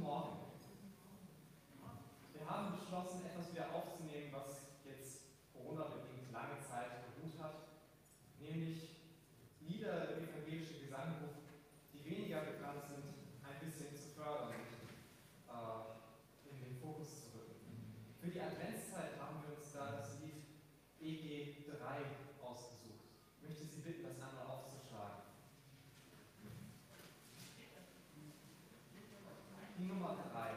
Morgen. Wir haben beschlossen, etwas wieder aufzunehmen, was jetzt Corona-bedingt lange Zeit beruht hat, nämlich Lieder im evangelischen Gesangbuch, die weniger bekannt sind, ein bisschen zu fördern und in den Fokus zu rücken. Für die Adventszeit haben wir uns da das Lied EG 3 ausgesucht. Ich möchte Sie bitten, das einmal aufzuschlagen. Die Nummer 3.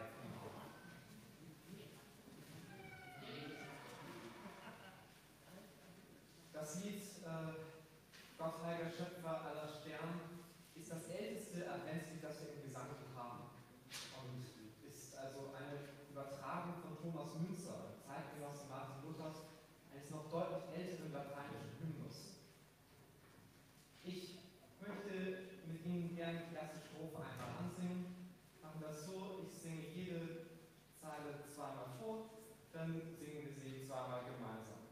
Das Lied Gott, heiliger Schöpfer aller Sterne ist das älteste Adventslied, das wir im Gesangbuch haben. Und ist also eine Übertragung von Thomas Müntzer, Zeitgenosse Martin Luthers, eines noch deutlich älteren lateinischen Hymnus. Ich möchte mit Ihnen gerne die erste Strophe einmal ansingen. Machen das so, ich singe jede Zeile zweimal vor, dann singen wir sie zweimal gemeinsam.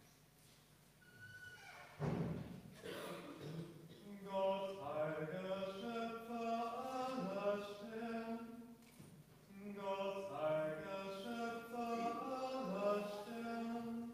Gott, heiliger Schöpfer aller Sterne, Gott, heiliger Schöpfer aller Sterne,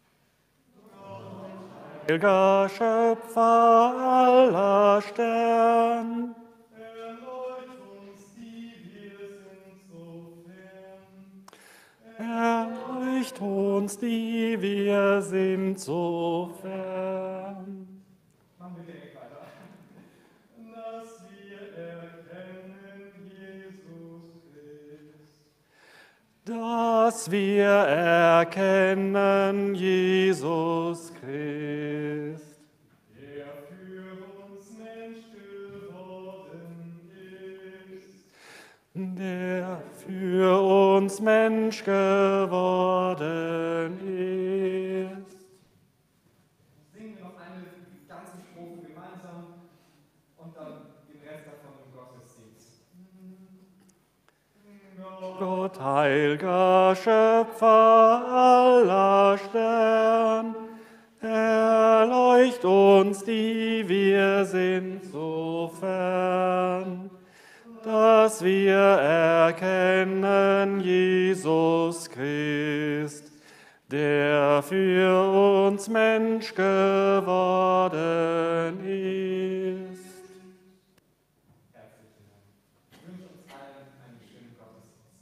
Gott, Heiliger Schöpfer aller Sterne, erleucht uns, die wir sind so fern. erleucht uns, die wir sind so fern. Machen wir direkt weiter. Dass wir erkennen, Jesus Christ. Dass wir erkennen, Jesus Christ, Der für uns Mensch geworden ist. der für uns Mensch geworden ist. Singen wir noch eine ganze Strophe gemeinsam und dann den Rest davon im Gottesdienst. Gott, heiliger Schöpfer aller Sterne, erleucht uns, die wir sind so fern, dass wir erkennen, Jesus Christ, der für uns Mensch geworden ist. Herzlichen Dank. Ich wünsche uns allen einen schönen Gottesdienst.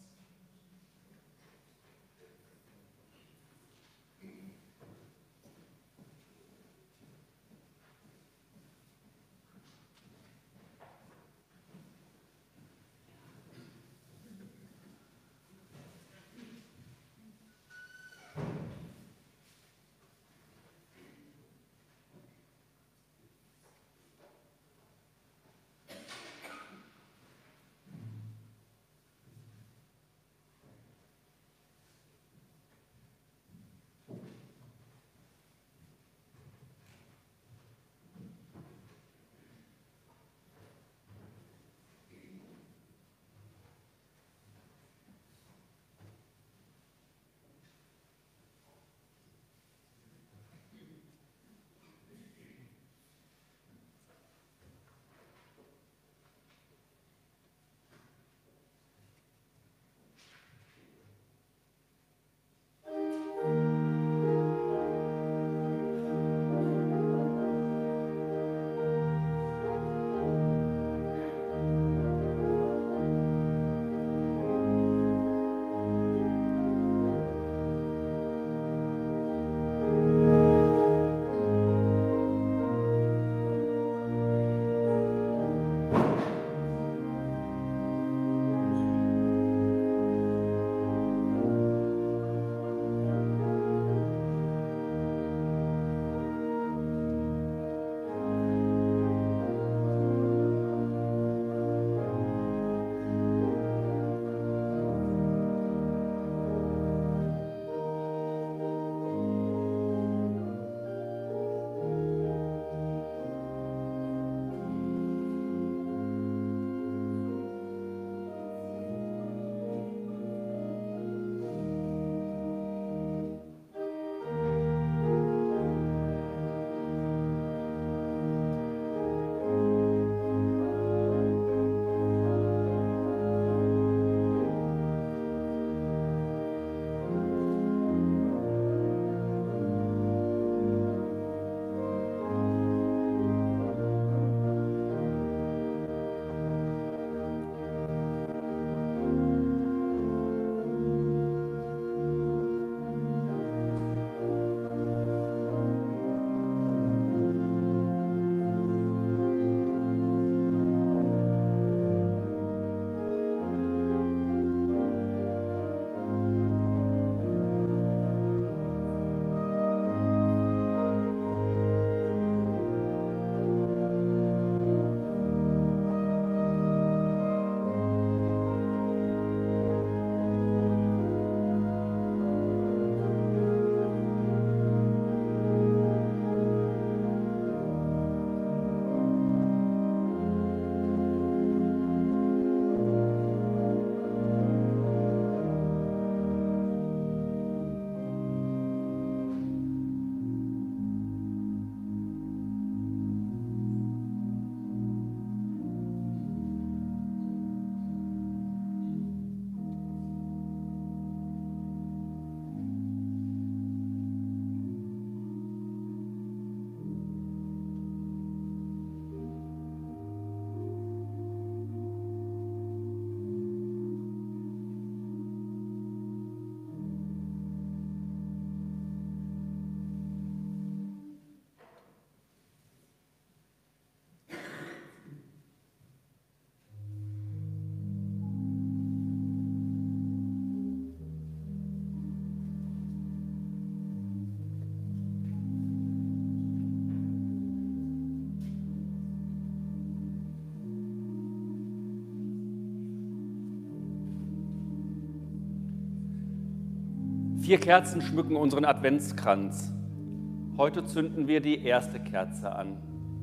4 Kerzen schmücken unseren Adventskranz. Heute zünden wir die erste Kerze an.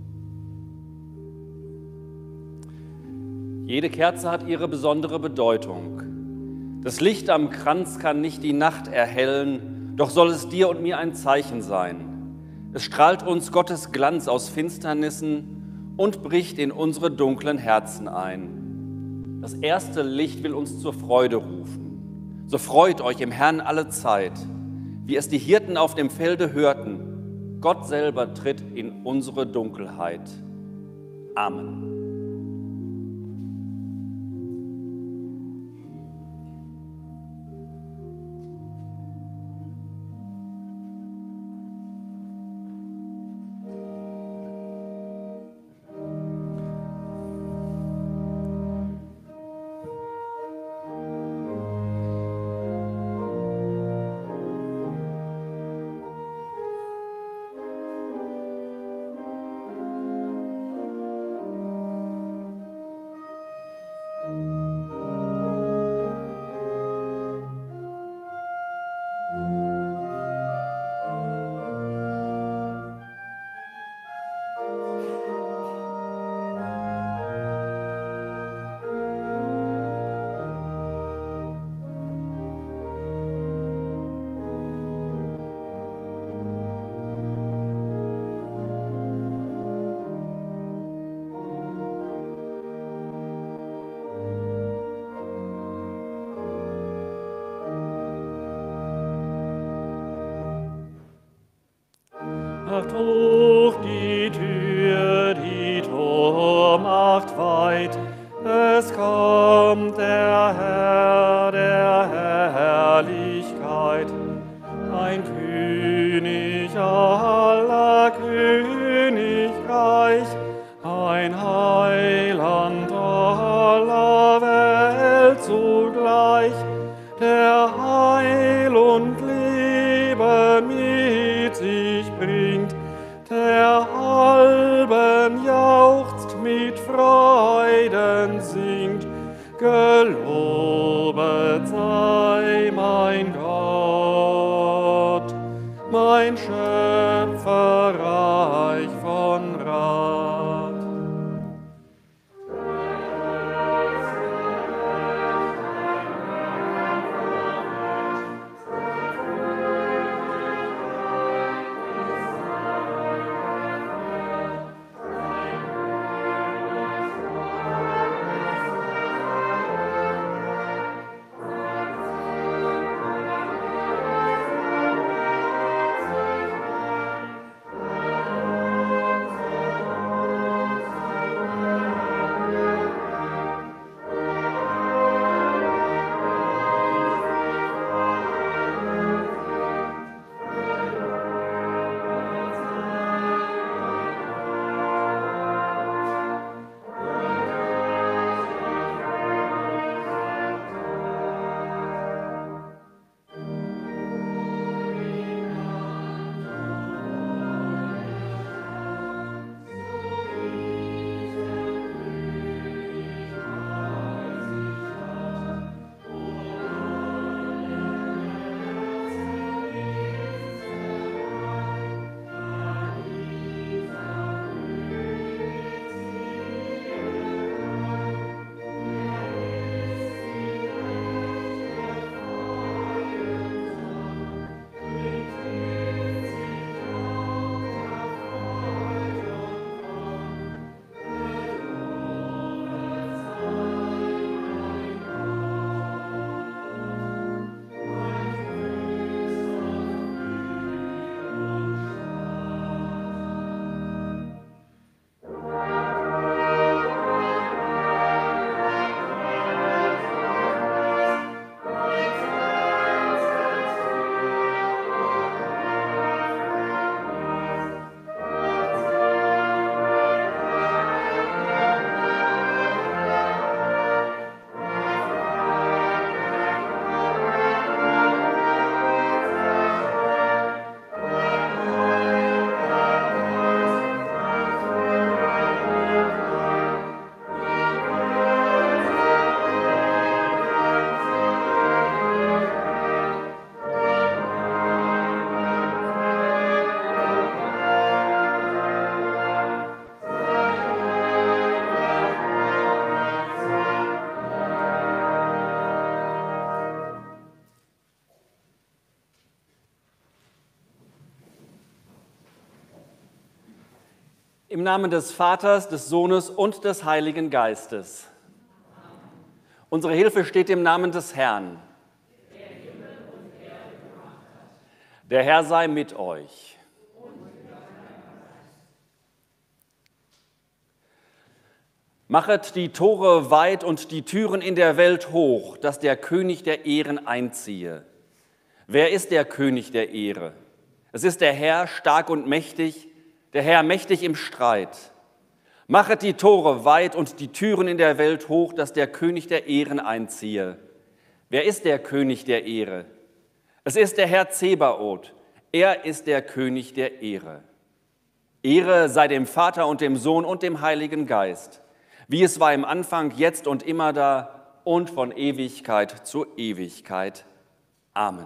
Jede Kerze hat ihre besondere Bedeutung. Das Licht am Kranz kann nicht die Nacht erhellen, doch soll es dir und mir ein Zeichen sein. Es strahlt uns Gottes Glanz aus Finsternissen und bricht in unsere dunklen Herzen ein. Das erste Licht will uns zur Freude rufen. So freut euch im Herrn alle Zeit, wie es die Hirten auf dem Felde hörten. Gott selber tritt in unsere Dunkelheit. Amen. Macht hoch die Tür, die Tor macht weit, es kommt der Herr der Herrlichkeit, ein König aller Königreich, ein Heiland aller Welt zugleich, der Heil und Leben mit sich bringt, der Alben jauchzt, mit Freuden singt. Gelobet sei mein Gott, mein Schöpfer reich von Rat. Im Namen des Vaters, des Sohnes und des Heiligen Geistes. Unsere Hilfe steht im Namen des Herrn. Der Herr sei mit euch. Machet die Tore weit und die Türen in der Welt hoch, dass der König der Ehren einziehe. Wer ist der König der Ehre? Es ist der Herr, stark und mächtig, der Herr mächtig im Streit. Machet die Tore weit und die Türen in der Welt hoch, dass der König der Ehren einziehe. Wer ist der König der Ehre? Es ist der Herr Zebaoth, er ist der König der Ehre. Ehre sei dem Vater und dem Sohn und dem Heiligen Geist, wie es war im Anfang, jetzt und immer da und von Ewigkeit zu Ewigkeit. Amen.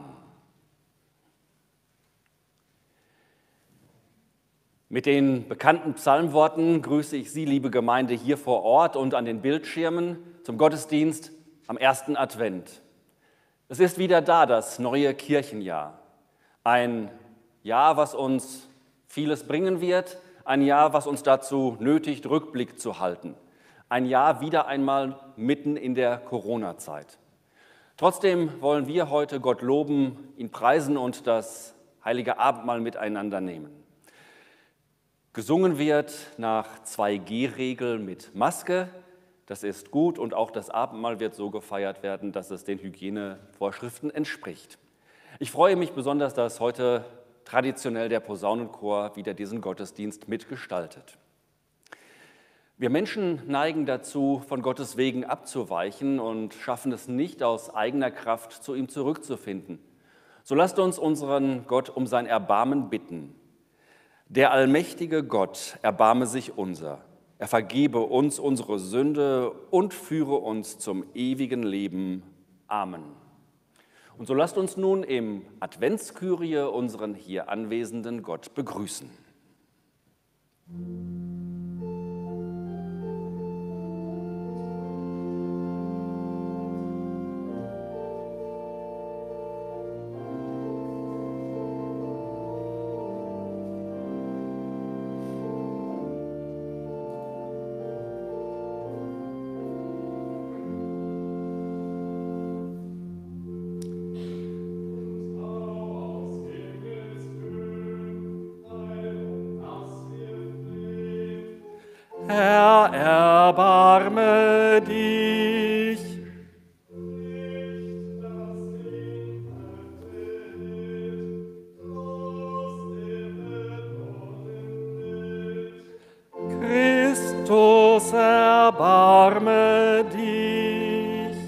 Mit den bekannten Psalmworten grüße ich Sie, liebe Gemeinde, hier vor Ort und an den Bildschirmen zum Gottesdienst am ersten Advent. Es ist wieder da, das neue Kirchenjahr. Ein Jahr, was uns vieles bringen wird, ein Jahr, was uns dazu nötigt, Rückblick zu halten. Ein Jahr wieder einmal mitten in der Corona-Zeit. Trotzdem wollen wir heute Gott loben, ihn preisen und das heilige Abendmahl miteinander nehmen. Gesungen wird nach 2G-Regel mit Maske, das ist gut, und auch das Abendmahl wird so gefeiert werden, dass es den Hygienevorschriften entspricht. Ich freue mich besonders, dass heute traditionell der Posaunenchor wieder diesen Gottesdienst mitgestaltet. Wir Menschen neigen dazu, von Gottes Wegen abzuweichen und schaffen es nicht, aus eigener Kraft zu ihm zurückzufinden. So lasst uns unseren Gott um sein Erbarmen bitten. Der allmächtige Gott erbarme sich unser. Er vergebe uns unsere Sünde und führe uns zum ewigen Leben. Amen. Und so lasst uns nun im Adventskyrie unseren hier anwesenden Gott begrüßen. Herr, erbarme dich. Christus, erbarme dich.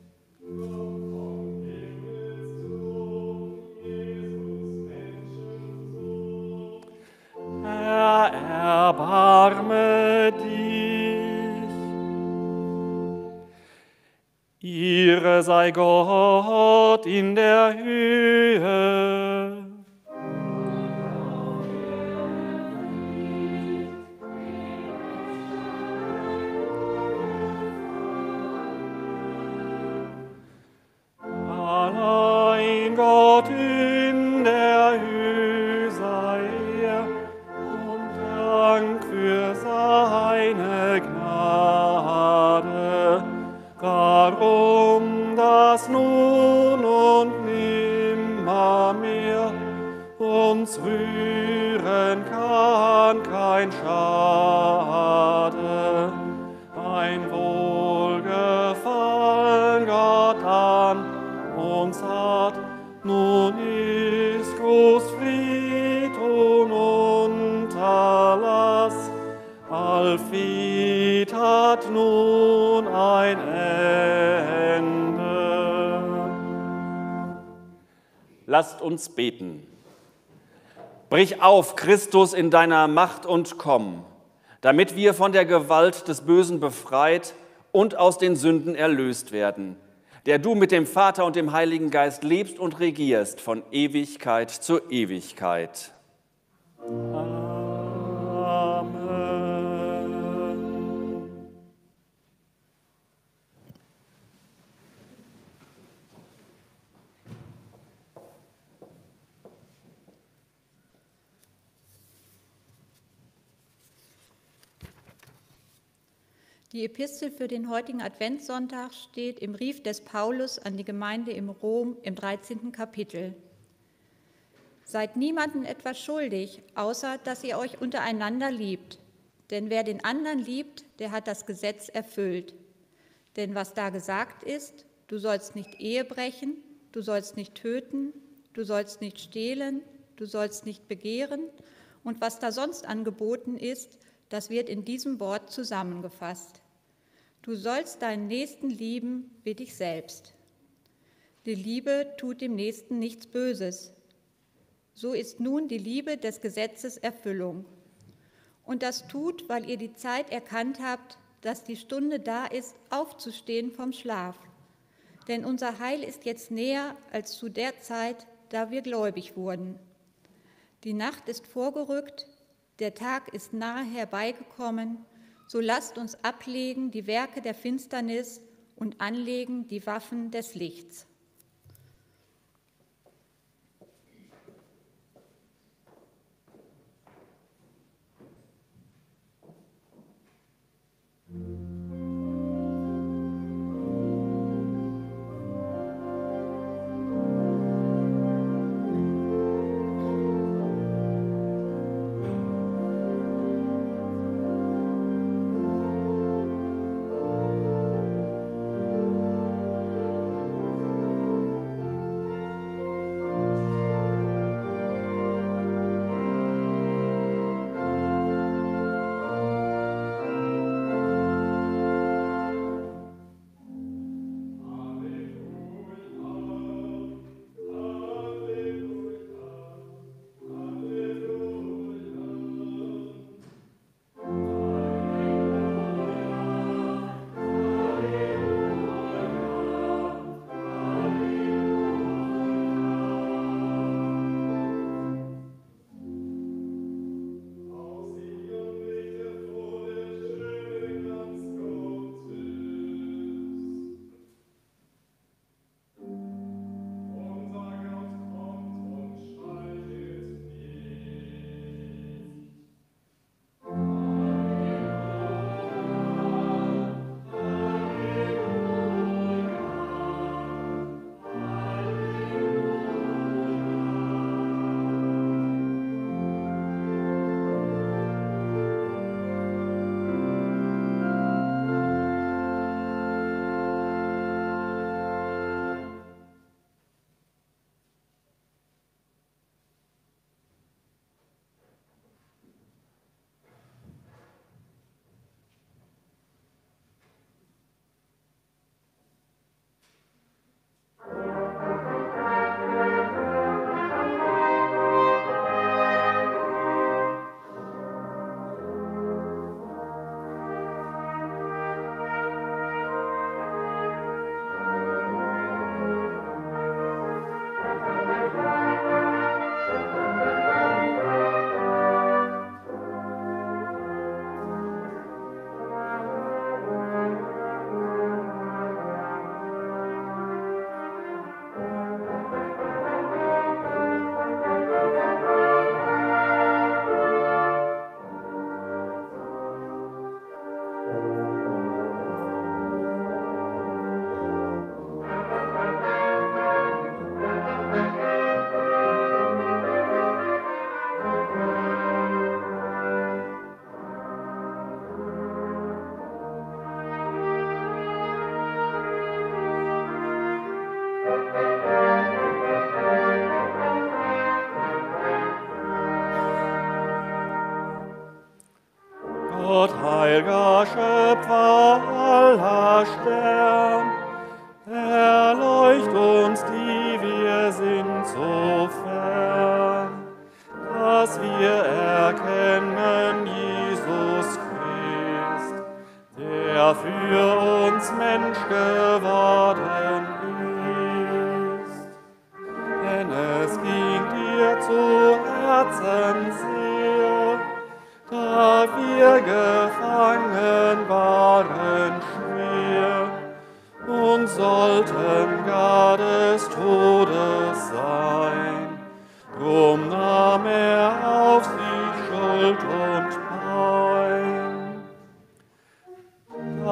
Herr, erbarme dich. Ehre sei Gott in der Höhe. Allein Gott in der Höhe sei er, und Dank für seine Gnade, darum, dass nun und nimmermehr uns rühren kann kein Schade. Ein Wohlgefallen Gott an uns hat, nun ist groß Fried und Unterlass. Allfried hat nun ein Ende. Lasst uns beten. Brich auf, Christus, in deiner Macht und komm, damit wir von der Gewalt des Bösen befreit und aus den Sünden erlöst werden, der du mit dem Vater und dem Heiligen Geist lebst und regierst von Ewigkeit zu Ewigkeit. Amen. Die Epistel für den heutigen Adventssonntag steht im Brief des Paulus an die Gemeinde in Rom im 13. Kapitel. Seid niemandem etwas schuldig, außer dass ihr euch untereinander liebt. Denn wer den anderen liebt, der hat das Gesetz erfüllt. Denn was da gesagt ist, du sollst nicht Ehe brechen, du sollst nicht töten, du sollst nicht stehlen, du sollst nicht begehren und was da sonst angeboten ist, das wird in diesem Wort zusammengefasst. Du sollst deinen Nächsten lieben wie dich selbst. Die Liebe tut dem Nächsten nichts Böses. So ist nun die Liebe des Gesetzes Erfüllung. Und das tut, weil ihr die Zeit erkannt habt, dass die Stunde da ist, aufzustehen vom Schlaf. Denn unser Heil ist jetzt näher als zu der Zeit, da wir gläubig wurden. Die Nacht ist vorgerückt, der Tag ist nahe herbeigekommen, so lasst uns ablegen die Werke der Finsternis und anlegen die Waffen des Lichts. Gott, heilger Schöpfer aller Stern, erleucht uns, die wir sind so fern, dass wir erkennen Jesus Christ, der für uns Mensch geworden ist. Denn es ging dir zu Herzen sehr, da wir gefangen waren schwer und sollten gar des Todes sein. Drum nahm er auf sich Schuld und Pein.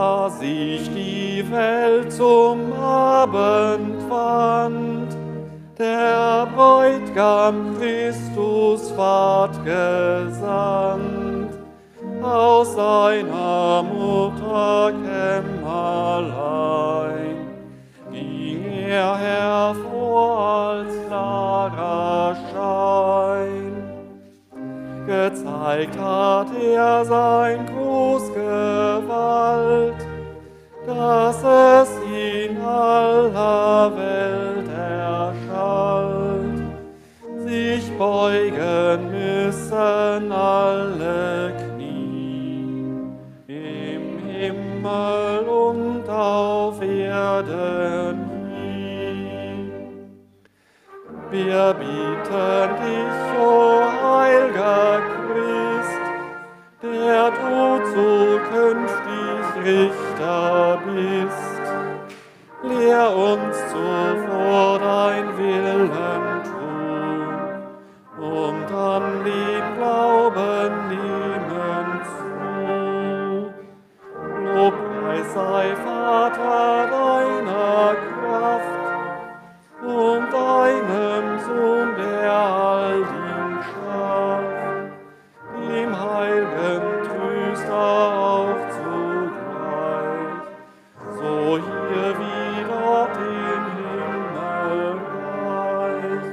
die Welt zum Abend wand, der Bräutigam Christus ward gesandt, aus seiner Mutter Kämmerlein ging er hervor als klarer Schein. Gezeigt hat er sein Großgewalt, dass es in aller Welt erschallt. Sich beugen müssen alle Knie, im Himmel und auf Erden nie. Wir bieten dich, o heiliger Christ, der du zukünftig Richter bist, lehr uns zuvor dein Willen tun und an den Glauben nehmen zu. Lobpreis sei Vater deiner Kraft und deinem Sohn, der all Ding schafft, dem Heiligen Tröster auch zugleich, so hier wie dort im Himmelreich.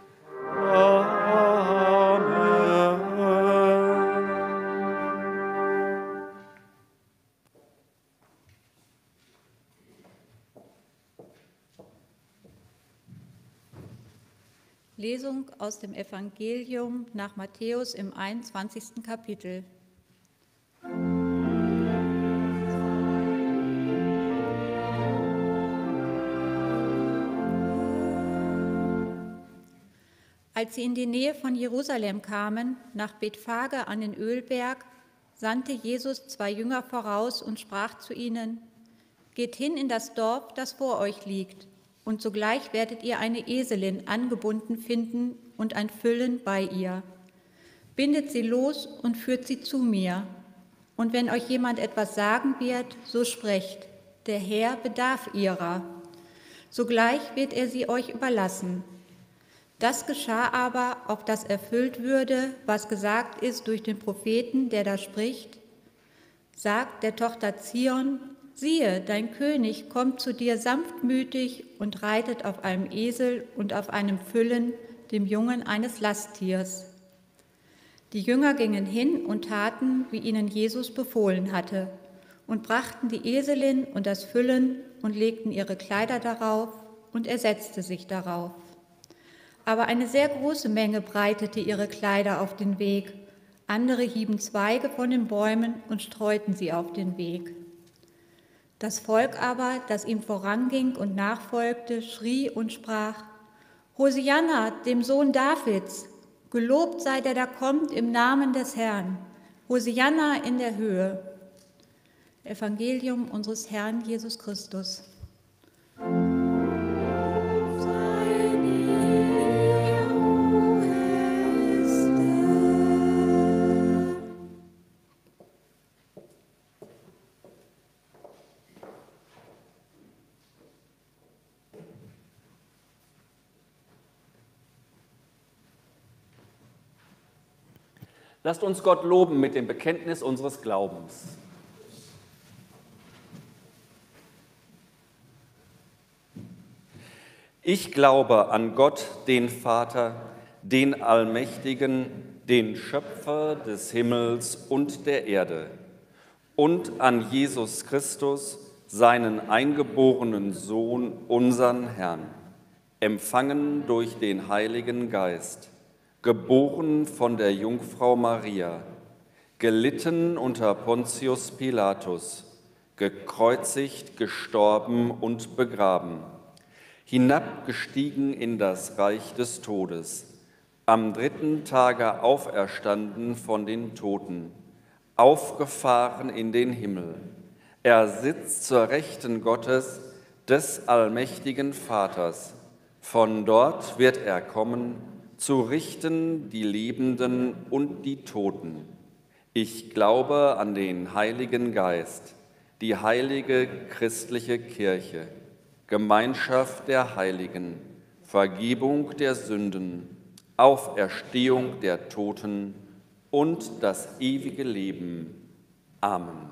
Amen. Lesung aus dem Evangelium nach Matthäus im 21. Kapitel. Als sie in die Nähe von Jerusalem kamen, nach Bethphage an den Ölberg, sandte Jesus 2 Jünger voraus und sprach zu ihnen: Geht hin in das Dorf, das vor euch liegt, und sogleich werdet ihr eine Eselin angebunden finden und ein Füllen bei ihr. Bindet sie los und führt sie zu mir. Und wenn euch jemand etwas sagen wird, so sprecht: Der Herr bedarf ihrer. Sogleich wird er sie euch überlassen. Das geschah aber, auf das erfüllt würde, was gesagt ist durch den Propheten, der da spricht: Sagt der Tochter Zion: Siehe, dein König kommt zu dir sanftmütig und reitet auf einem Esel und auf einem Füllen, dem Jungen eines Lasttiers. Die Jünger gingen hin und taten, wie ihnen Jesus befohlen hatte, und brachten die Eselin und das Füllen und legten ihre Kleider darauf, und er setzte sich darauf. Aber eine sehr große Menge breitete ihre Kleider auf den Weg. Andere hieben Zweige von den Bäumen und streuten sie auf den Weg. Das Volk aber, das ihm voranging und nachfolgte, schrie und sprach: Hosianna, dem Sohn Davids, gelobt sei der da kommt im Namen des Herrn. Hosianna in der Höhe. Evangelium unseres Herrn Jesus Christus. Lasst uns Gott loben mit dem Bekenntnis unseres Glaubens. Ich glaube an Gott, den Vater, den Allmächtigen, den Schöpfer des Himmels und der Erde, und an Jesus Christus, seinen eingeborenen Sohn, unseren Herrn, empfangen durch den Heiligen Geist, geboren von der Jungfrau Maria, gelitten unter Pontius Pilatus, gekreuzigt, gestorben und begraben, hinabgestiegen in das Reich des Todes, am 3. Tage auferstanden von den Toten, aufgefahren in den Himmel. Er sitzt zur Rechten Gottes, des allmächtigen Vaters. Von dort wird er kommen, zu richten die Lebenden und die Toten. Ich glaube an den Heiligen Geist, die heilige christliche Kirche, Gemeinschaft der Heiligen, Vergebung der Sünden, Auferstehung der Toten und das ewige Leben. Amen.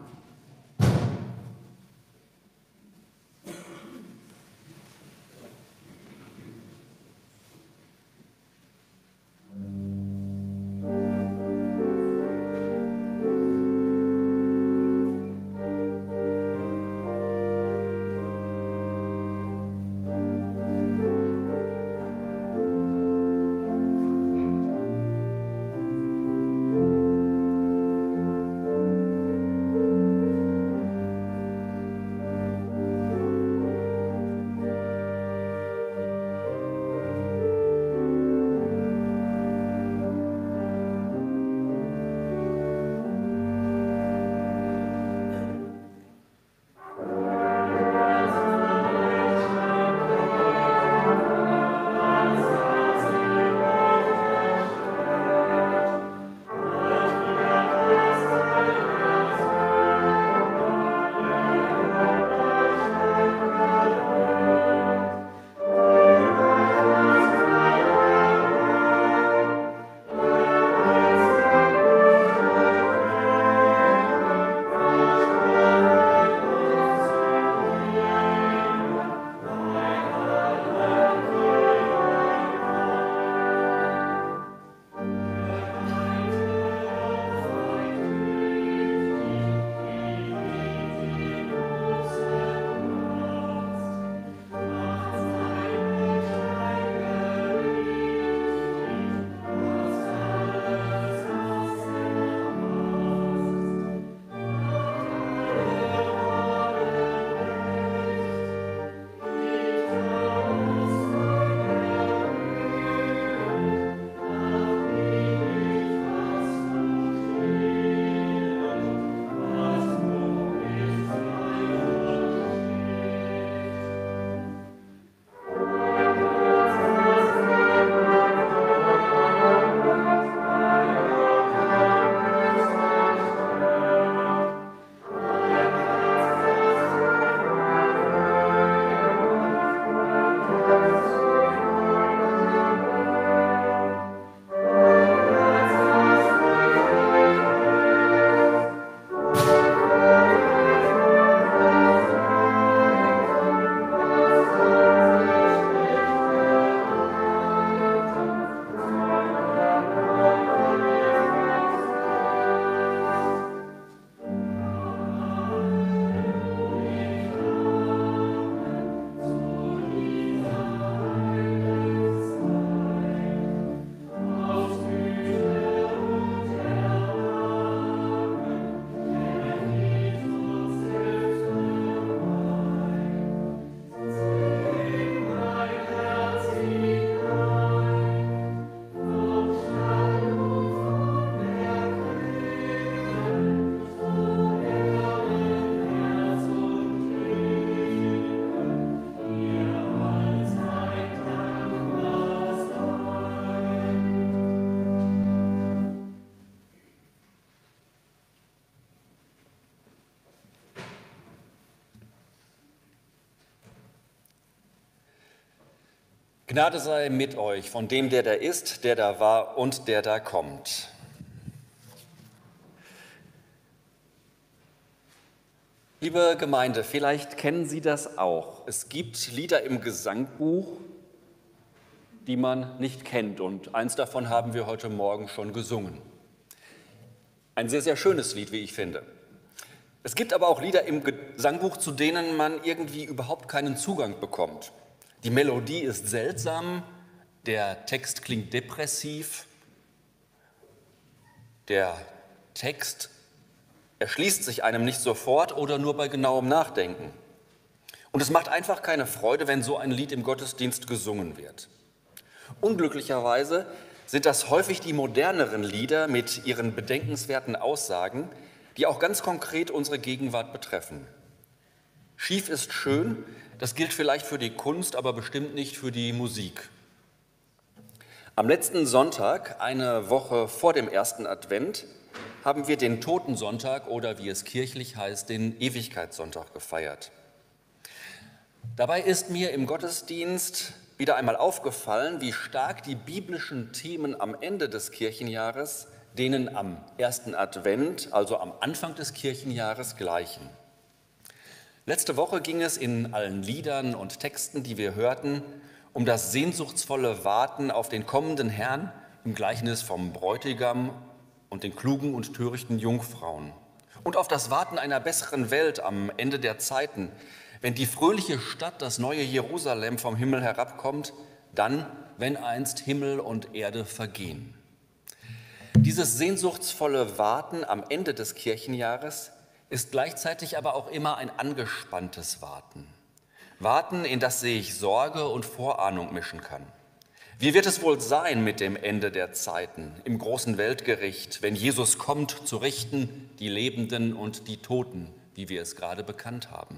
Gnade sei mit euch, von dem, der da ist, der da war und der da kommt. Liebe Gemeinde, vielleicht kennen Sie das auch. Es gibt Lieder im Gesangbuch, die man nicht kennt, und eins davon haben wir heute Morgen schon gesungen. Ein sehr, sehr schönes Lied, wie ich finde. Es gibt aber auch Lieder im Gesangbuch, zu denen man irgendwie überhaupt keinen Zugang bekommt. Die Melodie ist seltsam, der Text klingt depressiv, der Text erschließt sich einem nicht sofort oder nur bei genauem Nachdenken. Und es macht einfach keine Freude, wenn so ein Lied im Gottesdienst gesungen wird. Unglücklicherweise sind das häufig die moderneren Lieder mit ihren bedenkenswerten Aussagen, die auch ganz konkret unsere Gegenwart betreffen. Schief ist schön, das gilt vielleicht für die Kunst, aber bestimmt nicht für die Musik. Am letzten Sonntag, eine Woche vor dem ersten Advent, haben wir den Totensonntag oder wie es kirchlich heißt, den Ewigkeitssonntag gefeiert. Dabei ist mir im Gottesdienst wieder einmal aufgefallen, wie stark die biblischen Themen am Ende des Kirchenjahres denen am ersten Advent, also am Anfang des Kirchenjahres, gleichen. Letzte Woche ging es in allen Liedern und Texten, die wir hörten, um das sehnsuchtsvolle Warten auf den kommenden Herrn im Gleichnis vom Bräutigam und den klugen und törichten Jungfrauen und auf das Warten einer besseren Welt am Ende der Zeiten, wenn die fröhliche Stadt, das neue Jerusalem, vom Himmel herabkommt, dann, wenn einst Himmel und Erde vergehen. Dieses sehnsuchtsvolle Warten am Ende des Kirchenjahres ist gleichzeitig aber auch immer ein angespanntes Warten. Warten, in das sich Sorge und Vorahnung mischen kann. Wie wird es wohl sein mit dem Ende der Zeiten, im großen Weltgericht, wenn Jesus kommt, zu richten die Lebenden und die Toten, wie wir es gerade bekannt haben?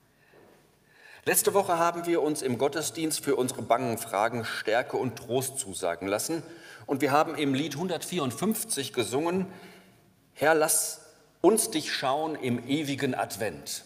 Letzte Woche haben wir uns im Gottesdienst für unsere bangen Fragen Stärke und Trost zusagen lassen und wir haben im Lied 154 gesungen, Herr, lass uns dich schauen im ewigen Advent.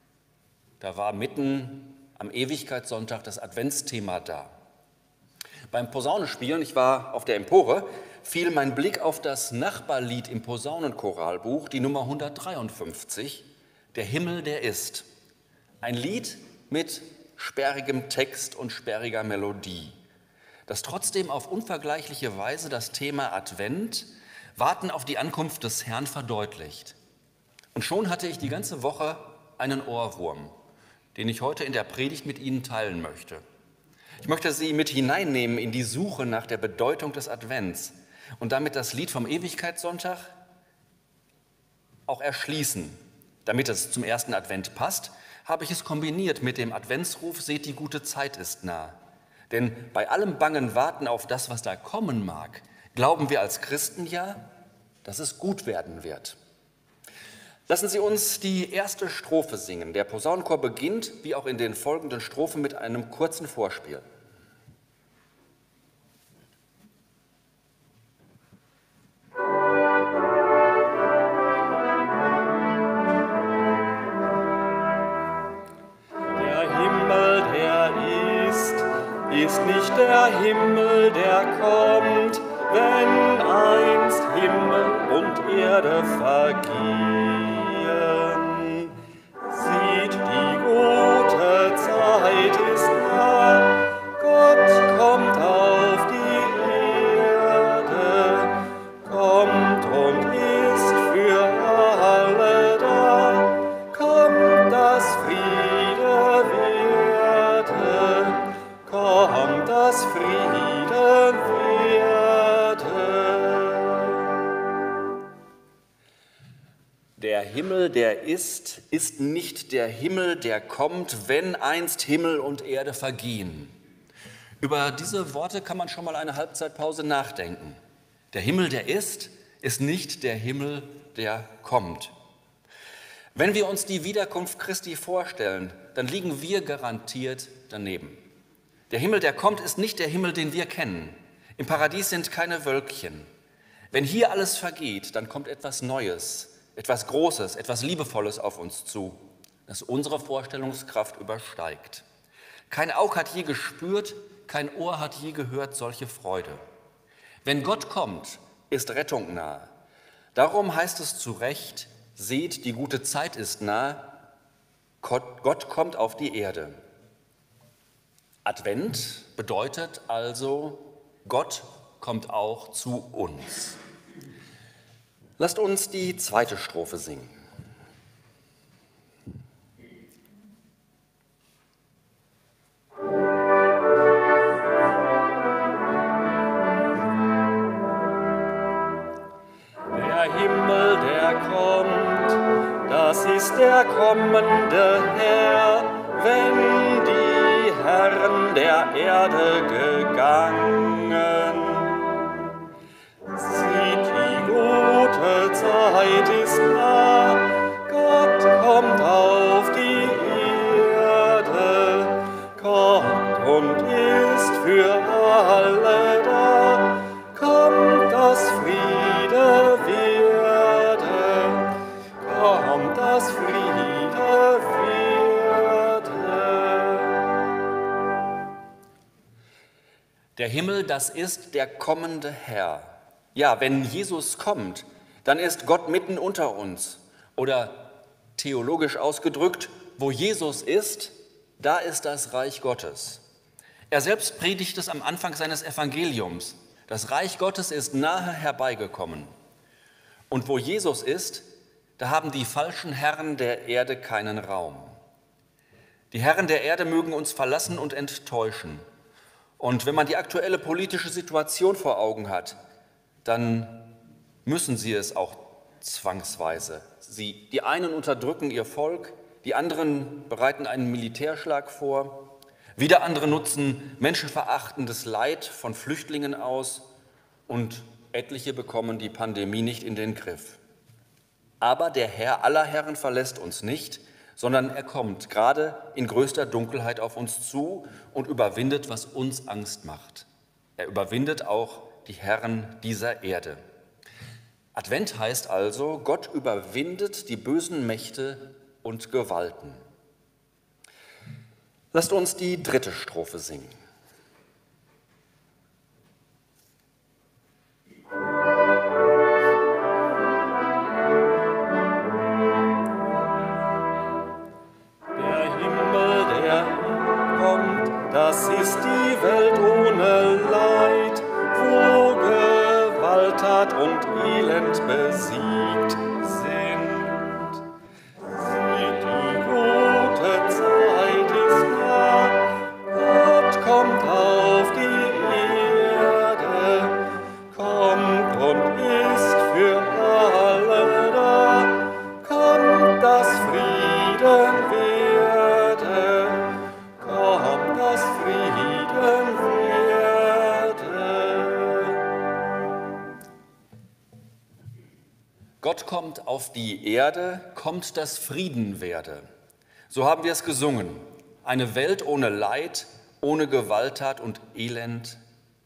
Da war mitten am Ewigkeitssonntag das Adventsthema da. Beim Posaunenspielen, ich war auf der Empore, fiel mein Blick auf das Nachbarlied im Posaunenchoralbuch, die Nummer 153, Der Himmel, der ist. Ein Lied mit sperrigem Text und sperriger Melodie, das trotzdem auf unvergleichliche Weise das Thema Advent, Warten auf die Ankunft des Herrn verdeutlicht. Und schon hatte ich die ganze Woche einen Ohrwurm, den ich heute in der Predigt mit Ihnen teilen möchte. Ich möchte Sie mit hineinnehmen in die Suche nach der Bedeutung des Advents und damit das Lied vom Ewigkeitssonntag auch erschließen. Damit es zum ersten Advent passt, habe ich es kombiniert mit dem Adventsruf, seht, die gute Zeit ist nah. Denn bei allem bangen Warten auf das, was da kommen mag, glauben wir als Christen ja, dass es gut werden wird. Lassen Sie uns die erste Strophe singen. Der Posaunenchor beginnt, wie auch in den folgenden Strophen, mit einem kurzen Vorspiel. Der Himmel, der ist nicht der Himmel, der kommt, wenn einst Himmel und Erde vergehen. Sieht, die gute Zeit ist nah, Gott kommt auf die Erde, kommt und ist für alle da, kommt das Friede werde, kommt das Frieden werde. Der Himmel, der ist nicht der Himmel, der kommt, wenn einst Himmel und Erde vergehen. Über diese Worte kann man schon mal eine Halbzeitpause nachdenken. Der Himmel, der ist nicht der Himmel, der kommt. Wenn wir uns die Wiederkunft Christi vorstellen, dann liegen wir garantiert daneben. Der Himmel, der kommt, ist nicht der Himmel, den wir kennen. Im Paradies sind keine Wölkchen. Wenn hier alles vergeht, dann kommt etwas Neues, etwas Großes, etwas Liebevolles auf uns zu, das unsere Vorstellungskraft übersteigt. Kein Auge hat je gespürt, kein Ohr hat je gehört solche Freude. Wenn Gott kommt, ist Rettung nah. Darum heißt es zu Recht, seht, die gute Zeit ist nah, Gott kommt auf die Erde. Advent bedeutet also, Gott kommt auch zu uns. Lasst uns die zweite Strophe singen. Der Himmel, der kommt, das ist der kommende Herr, wenn die Herren der Erde gegangen. Sieht, die gute Zeit ist nah, Gott kommt auf die Erde, kommt und ist für alle da, kommt das Friede werde, Der Himmel, das ist der kommende Herr. Ja, wenn Jesus kommt, dann ist Gott mitten unter uns. Oder theologisch ausgedrückt, wo Jesus ist, da ist das Reich Gottes. Er selbst predigt es am Anfang seines Evangeliums. Das Reich Gottes ist nahe herbeigekommen. Und wo Jesus ist, da haben die falschen Herren der Erde keinen Raum. Die Herren der Erde mögen uns verlassen und enttäuschen. Und wenn man die aktuelle politische Situation vor Augen hat, dann müssen sie es auch zwangsweise. Die einen unterdrücken ihr Volk, die anderen bereiten einen Militärschlag vor, wieder andere nutzen menschenverachtendes Leid von Flüchtlingen aus und etliche bekommen die Pandemie nicht in den Griff. Aber der Herr aller Herren verlässt uns nicht, sondern er kommt gerade in größter Dunkelheit auf uns zu und überwindet, was uns Angst macht. Er überwindet auch die Herren dieser Erde. Advent heißt also, Gott überwindet die bösen Mächte und Gewalten. Lasst uns die 3. Strophe singen. Das ist die Welt ohne Leid, wo Gewalttat und Elend besiegt sind. Sieht, die gute Zeit ist nah, Gott kommt auf die Erde, kommt und ist für alle da, kommt das Frieden werde, kommt das Frieden werde. Gott kommt auf die Erde, kommt das Frieden werde. So haben wir es gesungen. Eine Welt ohne Leid, ohne Gewalttat und Elend.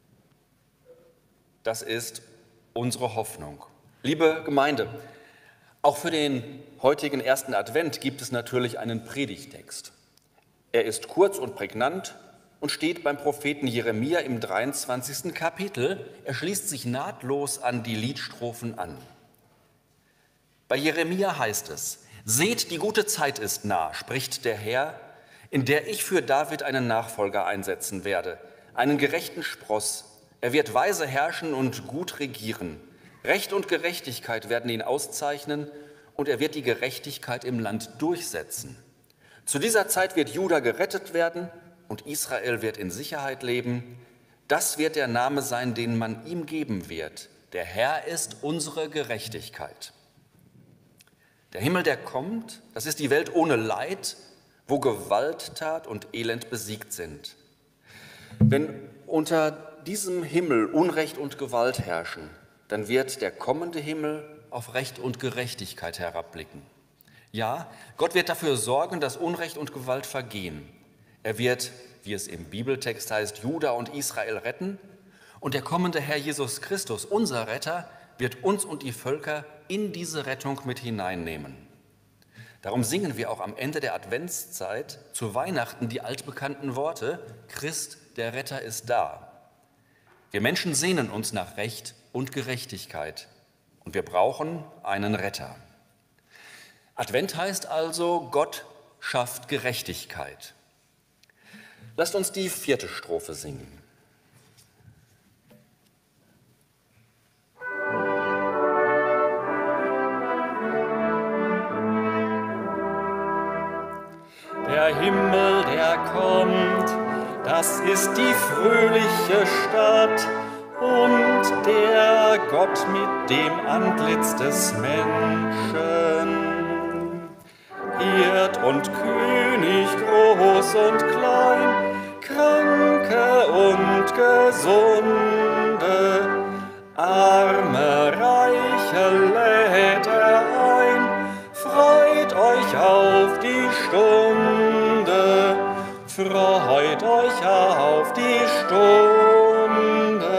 Das ist unsere Hoffnung. Liebe Gemeinde, auch für den heutigen ersten Advent gibt es natürlich einen Predigtext. Er ist kurz und prägnant und steht beim Propheten Jeremia im 23. Kapitel. Er schließt sich nahtlos an die Liedstrophen an. Bei Jeremia heißt es: Seht, die gute Zeit ist nah, spricht der Herr, in der ich für David einen Nachfolger einsetzen werde, einen gerechten Spross. Er wird weise herrschen und gut regieren. Recht und Gerechtigkeit werden ihn auszeichnen und er wird die Gerechtigkeit im Land durchsetzen. Zu dieser Zeit wird Juda gerettet werden und Israel wird in Sicherheit leben. Das wird der Name sein, den man ihm geben wird. Der Herr ist unsere Gerechtigkeit. Der Himmel, der kommt, das ist die Welt ohne Leid, wo Gewalttat und Elend besiegt sind. Wenn unter diesem Himmel Unrecht und Gewalt herrschen, dann wird der kommende Himmel auf Recht und Gerechtigkeit herabblicken. Ja, Gott wird dafür sorgen, dass Unrecht und Gewalt vergehen. Er wird, wie es im Bibeltext heißt, Juda und Israel retten. Und der kommende Herr Jesus Christus, unser Retter, wird uns und die Völker in diese Rettung mit hineinnehmen. Darum singen wir auch am Ende der Adventszeit zu Weihnachten die altbekannten Worte: Christ, der Retter, ist da. Wir Menschen sehnen uns nach Recht und Gerechtigkeit und wir brauchen einen Retter. Advent heißt also, Gott schafft Gerechtigkeit. Lasst uns die 4. Strophe singen. Der Himmel, der kommt, das ist die fröhliche Stadt und der Gott mit dem Antlitz des Menschen. Hirt und König, groß und klein, Kranke und Gesunde, Arme, Reiche lädt er ein, freut euch auf die Stunde, freut euch auf die Stunde.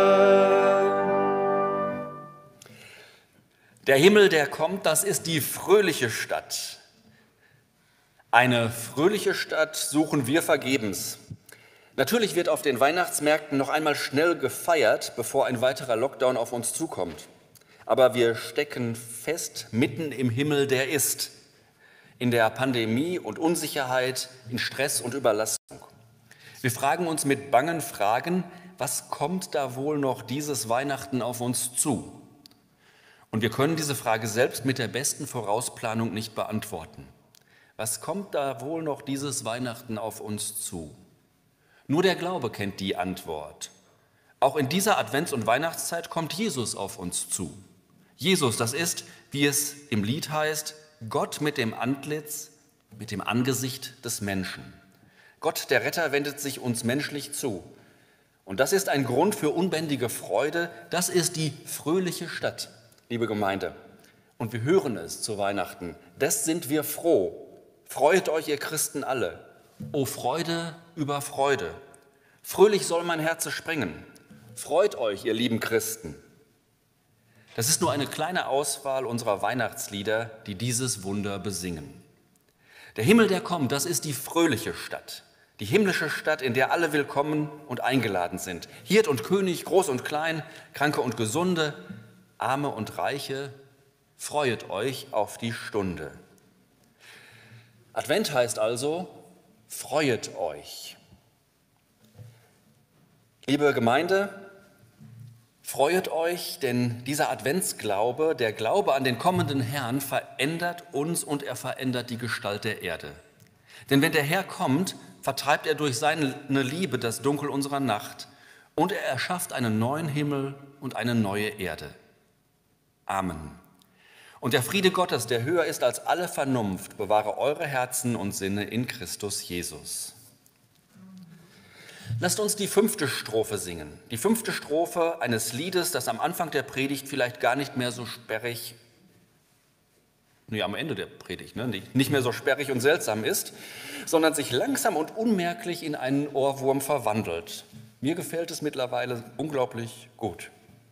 Der Himmel, der kommt, das ist die fröhliche Stadt. Eine fröhliche Stadt suchen wir vergebens. Natürlich wird auf den Weihnachtsmärkten noch einmal schnell gefeiert, bevor ein weiterer Lockdown auf uns zukommt. Aber wir stecken fest mitten im Himmel, der ist, in der Pandemie und Unsicherheit, in Stress und Überlastung. Wir fragen uns mit bangen Fragen, was kommt da wohl noch dieses Weihnachten auf uns zu? Und wir können diese Frage selbst mit der besten Vorausplanung nicht beantworten. Was kommt da wohl noch dieses Weihnachten auf uns zu? Nur der Glaube kennt die Antwort. Auch in dieser Advents- und Weihnachtszeit kommt Jesus auf uns zu. Jesus, das ist, wie es im Lied heißt, Gott mit dem Antlitz, mit dem Angesicht des Menschen. Gott, der Retter, wendet sich uns menschlich zu. Und das ist ein Grund für unbändige Freude. Das ist die fröhliche Stadt, liebe Gemeinde. Und wir hören es zu Weihnachten. Des sind wir froh. Freut euch, ihr Christen alle. O Freude über Freude. Fröhlich soll mein Herze springen. Freut euch, ihr lieben Christen. Das ist nur eine kleine Auswahl unserer Weihnachtslieder, die dieses Wunder besingen. Der Himmel, der kommt, das ist die fröhliche Stadt. Die himmlische Stadt, in der alle willkommen und eingeladen sind. Hirt und König, groß und klein, Kranke und Gesunde, Arme und Reiche, freuet euch auf die Stunde. Advent heißt also, freuet euch. Liebe Gemeinde, freuet euch, denn dieser Adventsglaube, der Glaube an den kommenden Herrn, verändert uns und er verändert die Gestalt der Erde. Denn wenn der Herr kommt, vertreibt er durch seine Liebe das Dunkel unserer Nacht und er erschafft einen neuen Himmel und eine neue Erde. Amen. Und der Friede Gottes, der höher ist als alle Vernunft, bewahre eure Herzen und Sinne in Christus Jesus. Lasst uns die 5. Strophe singen. Die 5. Strophe eines Liedes, das am Anfang der Predigt vielleicht gar nicht mehr so sperrig, am Ende der Predigt, nicht mehr so sperrig und seltsam ist, sondern sich langsam und unmerklich in einen Ohrwurm verwandelt. Mir gefällt es mittlerweile unglaublich gut.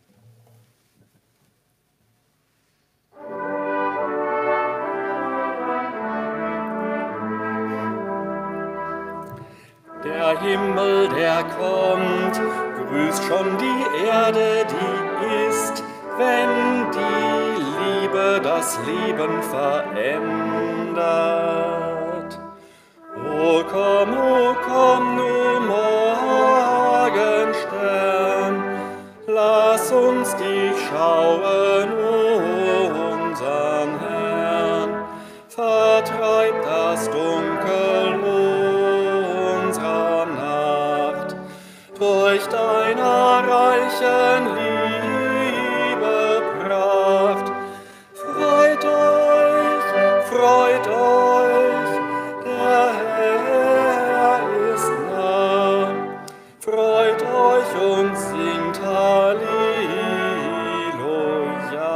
Der Himmel, der kommt, grüßt schon die Erde, die ist, wenn die Liebe das Leben verändert. O komm, du Morgenstern, lass uns dich schauen, unseren Herrn, vertreib das Dunkel unserer Nacht, durch deiner reichen Liebe Pracht. Freut euch, der Herr ist nah. Freut euch und singt Halleluja.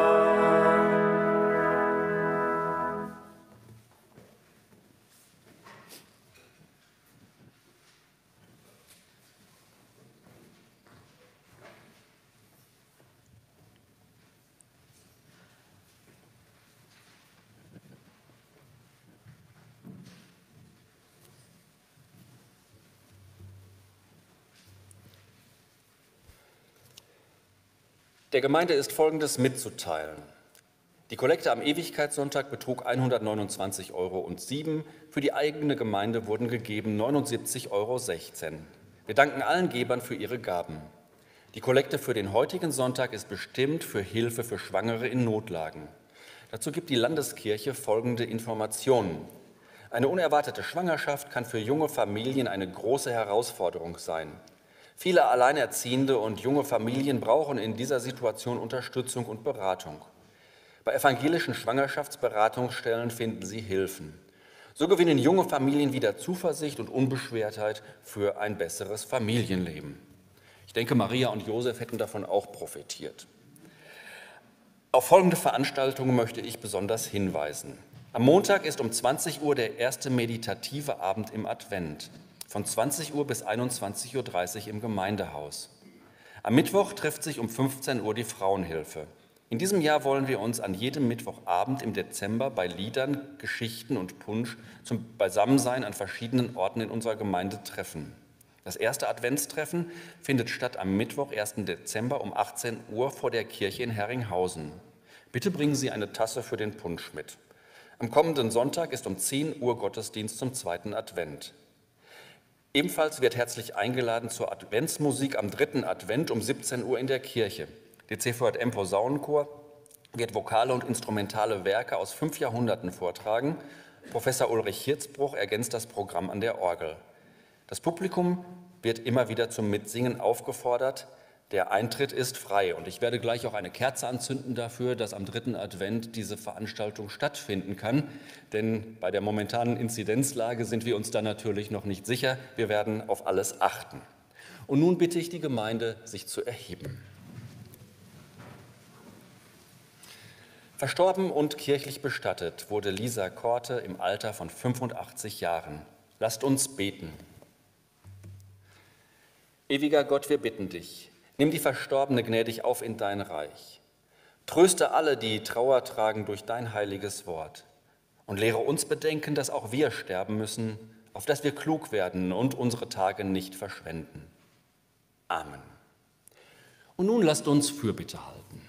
Der Gemeinde ist Folgendes mitzuteilen. Die Kollekte am Ewigkeitssonntag betrug 129,07 €. Für die eigene Gemeinde wurden gegeben 79,16 €. Wir danken allen Gebern für ihre Gaben. Die Kollekte für den heutigen Sonntag ist bestimmt für Hilfe für Schwangere in Notlagen. Dazu gibt die Landeskirche folgende Informationen. Eine unerwartete Schwangerschaft kann für junge Familien eine große Herausforderung sein. Viele Alleinerziehende und junge Familien brauchen in dieser Situation Unterstützung und Beratung. Bei evangelischen Schwangerschaftsberatungsstellen finden Sie Hilfen. So gewinnen junge Familien wieder Zuversicht und Unbeschwertheit für ein besseres Familienleben. Ich denke, Maria und Josef hätten davon auch profitiert. Auf folgende Veranstaltungen möchte ich besonders hinweisen. Am Montag ist um 20 Uhr der erste meditative Abend im Advent. Von 20 Uhr bis 21:30 Uhr im Gemeindehaus. Am Mittwoch trifft sich um 15 Uhr die Frauenhilfe. In diesem Jahr wollen wir uns an jedem Mittwochabend im Dezember bei Liedern, Geschichten und Punsch zum Beisammensein an verschiedenen Orten in unserer Gemeinde treffen. Das erste Adventstreffen findet statt am Mittwoch, 1. Dezember um 18 Uhr vor der Kirche in Herringhausen. Bitte bringen Sie eine Tasse für den Punsch mit. Am kommenden Sonntag ist um 10 Uhr Gottesdienst zum zweiten Advent. Ebenfalls wird herzlich eingeladen zur Adventsmusik am dritten Advent um 17 Uhr in der Kirche. Der CVJM Posaunenchor wird vokale und instrumentale Werke aus 5 Jahrhunderten vortragen. Professor Ulrich Hirzbruch ergänzt das Programm an der Orgel. Das Publikum wird immer wieder zum Mitsingen aufgefordert. Der Eintritt ist frei und ich werde gleich auch eine Kerze anzünden dafür, dass am dritten Advent diese Veranstaltung stattfinden kann. Denn bei der momentanen Inzidenzlage sind wir uns da natürlich noch nicht sicher. Wir werden auf alles achten. Und nun bitte ich die Gemeinde, sich zu erheben. Verstorben und kirchlich bestattet wurde Lisa Korte im Alter von 85 Jahren. Lasst uns beten. Ewiger Gott, wir bitten dich, nimm die Verstorbene gnädig auf in dein Reich. Tröste alle, die Trauer tragen durch dein heiliges Wort. Und lehre uns bedenken, dass auch wir sterben müssen, auf dass wir klug werden und unsere Tage nicht verschwenden. Amen. Und nun lasst uns Fürbitte halten.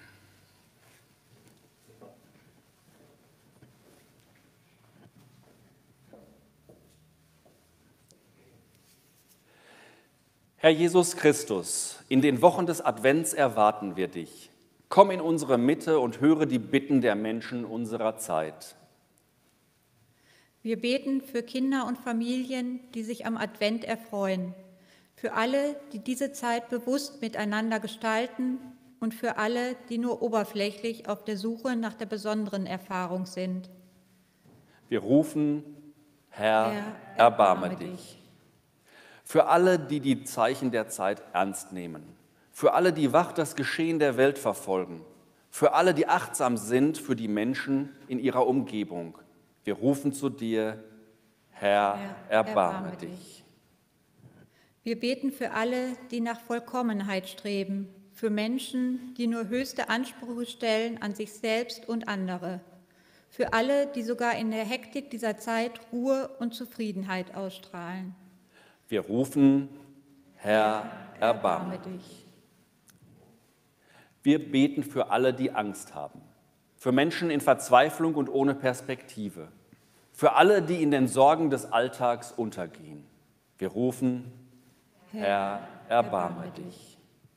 Herr Jesus Christus, in den Wochen des Advents erwarten wir dich. Komm in unsere Mitte und höre die Bitten der Menschen unserer Zeit. Wir beten für Kinder und Familien, die sich am Advent erfreuen, für alle, die diese Zeit bewusst miteinander gestalten und für alle, die nur oberflächlich auf der Suche nach der besonderen Erfahrung sind. Wir rufen, Herr, erbarme dich. Für alle, die die Zeichen der Zeit ernst nehmen, für alle, die wach das Geschehen der Welt verfolgen, für alle, die achtsam sind für die Menschen in ihrer Umgebung. Wir rufen zu dir, Herr, erbarme dich. Wir beten für alle, die nach Vollkommenheit streben, für Menschen, die nur höchste Ansprüche stellen an sich selbst und andere, für alle, die sogar in der Hektik dieser Zeit Ruhe und Zufriedenheit ausstrahlen. Wir rufen, Herr, erbarme dich. Wir beten für alle, die Angst haben, für Menschen in Verzweiflung und ohne Perspektive, für alle, die in den Sorgen des Alltags untergehen. Wir rufen, Herr, erbarme dich.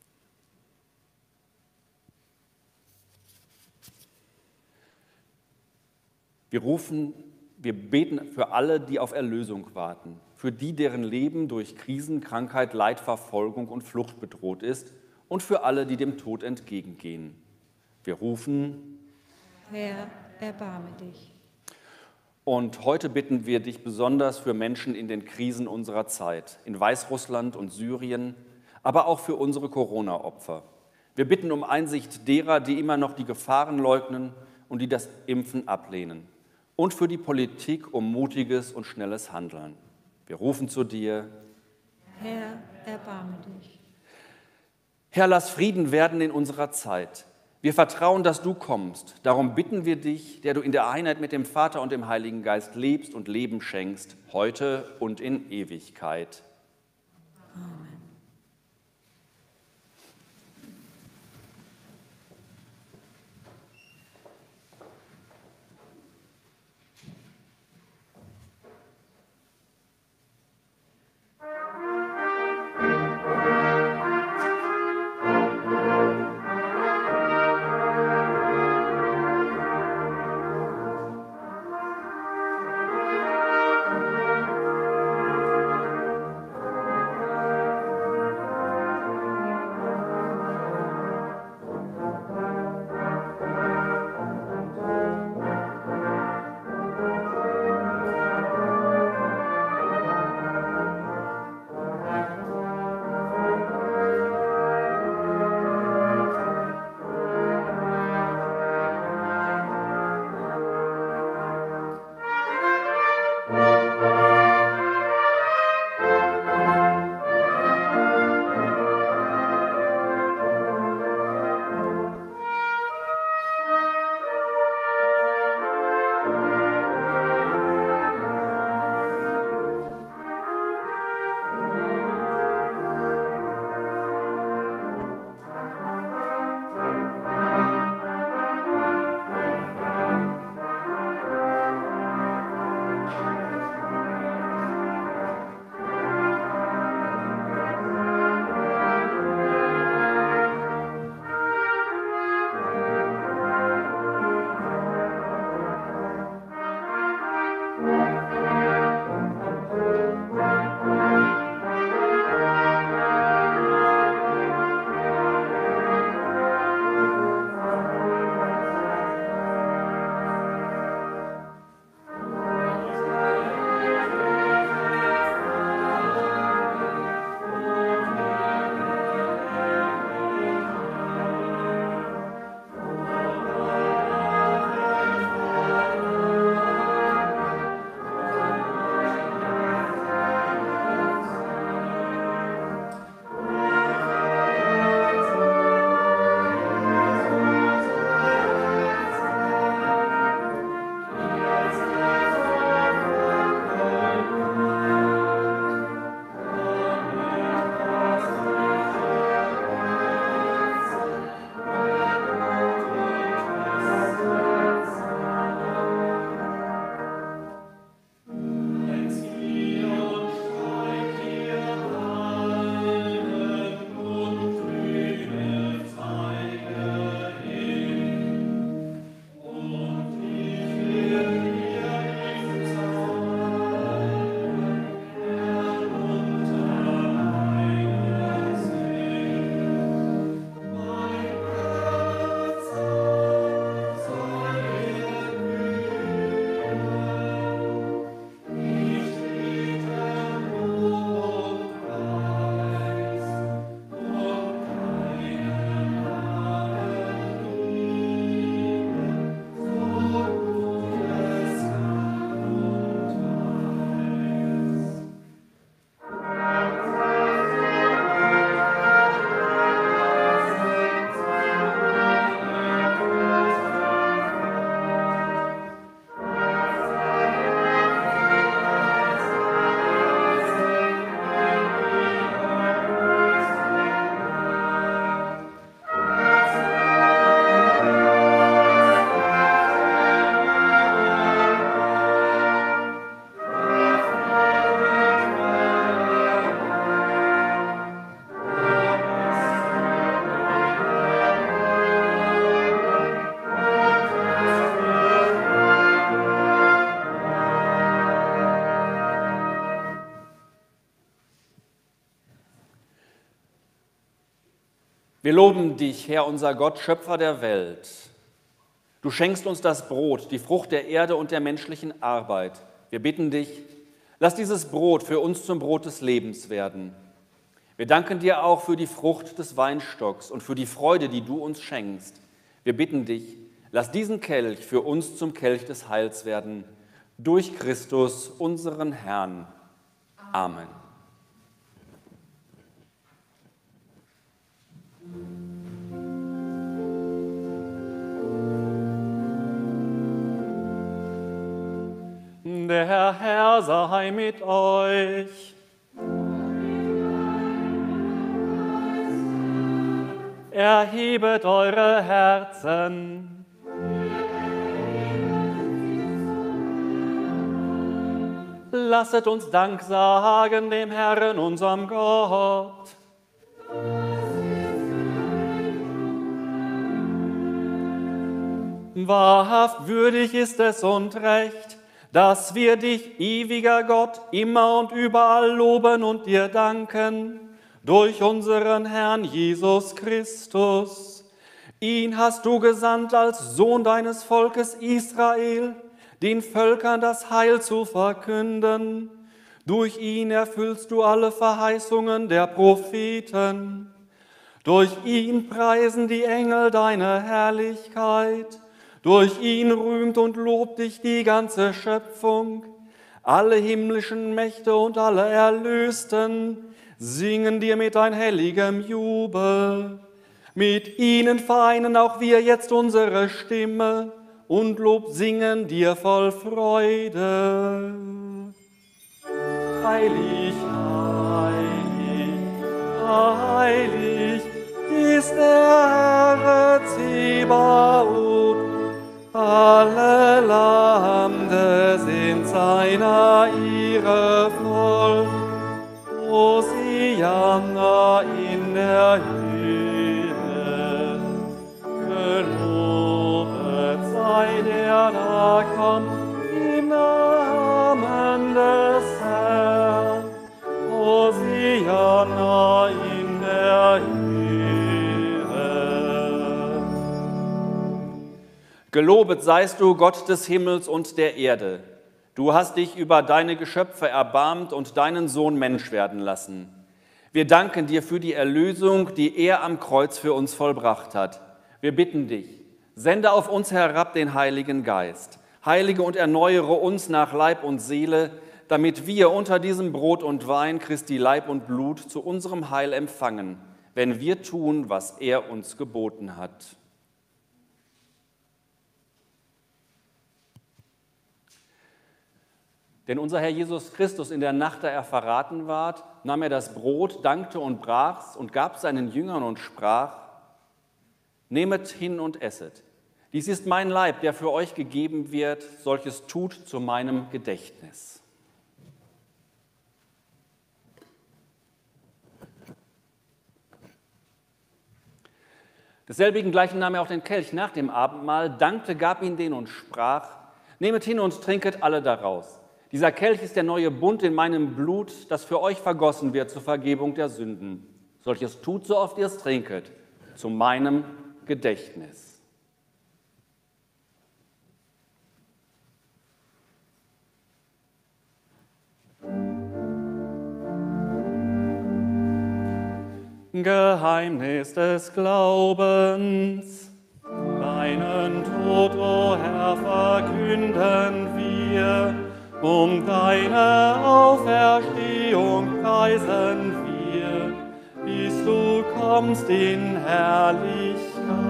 Wir beten für alle, die auf Erlösung warten, für die, deren Leben durch Krisen, Krankheit, Leid, Verfolgung und Flucht bedroht ist und für alle, die dem Tod entgegengehen. Wir rufen, Herr, erbarme dich. Und heute bitten wir dich besonders für Menschen in den Krisen unserer Zeit, in Weißrussland und Syrien, aber auch für unsere Corona-Opfer. Wir bitten um Einsicht derer, die immer noch die Gefahren leugnen und die das Impfen ablehnen. Und für die Politik um mutiges und schnelles Handeln. Wir rufen zu dir, Herr, erbarme dich. Herr, lass Frieden werden in unserer Zeit. Wir vertrauen, dass du kommst. Darum bitten wir dich, der du in der Einheit mit dem Vater und dem Heiligen Geist lebst und Leben schenkst, heute und in Ewigkeit. Amen. Wir loben dich, Herr unser Gott, Schöpfer der Welt. Du schenkst uns das Brot, die Frucht der Erde und der menschlichen Arbeit. Wir bitten dich, lass dieses Brot für uns zum Brot des Lebens werden. Wir danken dir auch für die Frucht des Weinstocks und für die Freude, die du uns schenkst. Wir bitten dich, lass diesen Kelch für uns zum Kelch des Heils werden. Durch Christus, unseren Herrn. Amen. Der Herr sei mit euch. Erhebet eure Herzen. Lasset uns Dank sagen dem Herrn, unserem Gott. Wahrhaft würdig ist es und recht, dass wir dich, ewiger Gott, immer und überall loben und dir danken, durch unseren Herrn Jesus Christus. Ihn hast du gesandt als Sohn deines Volkes Israel, den Völkern das Heil zu verkünden. Durch ihn erfüllst du alle Verheißungen der Propheten. Durch ihn preisen die Engel deine Herrlichkeit. Durch ihn rühmt und lobt dich die ganze Schöpfung. Alle himmlischen Mächte und alle Erlösten singen dir mit einhelligem Jubel. Mit ihnen vereinen auch wir jetzt unsere Stimme und Lob singen dir voll Freude. Heilig, heilig, heilig ist der Herr Zebaoth. Alle Lande sind seiner Ehre voll. Hosianna in der Höhe. Gelobet sei der da kommt im Namen des Herrn. Hosianna in der Höhe. Gelobet seist du, Gott des Himmels und der Erde. Du hast dich über deine Geschöpfe erbarmt und deinen Sohn Mensch werden lassen. Wir danken dir für die Erlösung, die er am Kreuz für uns vollbracht hat. Wir bitten dich, sende auf uns herab den Heiligen Geist. Heilige und erneuere uns nach Leib und Seele, damit wir unter diesem Brot und Wein Christi Leib und Blut zu unserem Heil empfangen, wenn wir tun, was er uns geboten hat. Denn unser Herr Jesus Christus in der Nacht, da er verraten ward, nahm er das Brot, dankte und brach's und gab seinen Jüngern und sprach: Nehmet hin und esset. Dies ist mein Leib, der für euch gegeben wird. Solches tut zu meinem Gedächtnis. Desselbigen gleichen nahm er auch den Kelch nach dem Abendmahl, dankte, gab ihn denen und sprach: Nehmet hin und trinket alle daraus. Dieser Kelch ist der neue Bund in meinem Blut, das für euch vergossen wird zur Vergebung der Sünden. Solches tut, so oft ihr es trinket, zu meinem Gedächtnis. Geheimnis des Glaubens. Deinen Tod, o Herr, verkünden wir. Um deine Auferstehung preisen wir, bis du kommst in Herrlichkeit.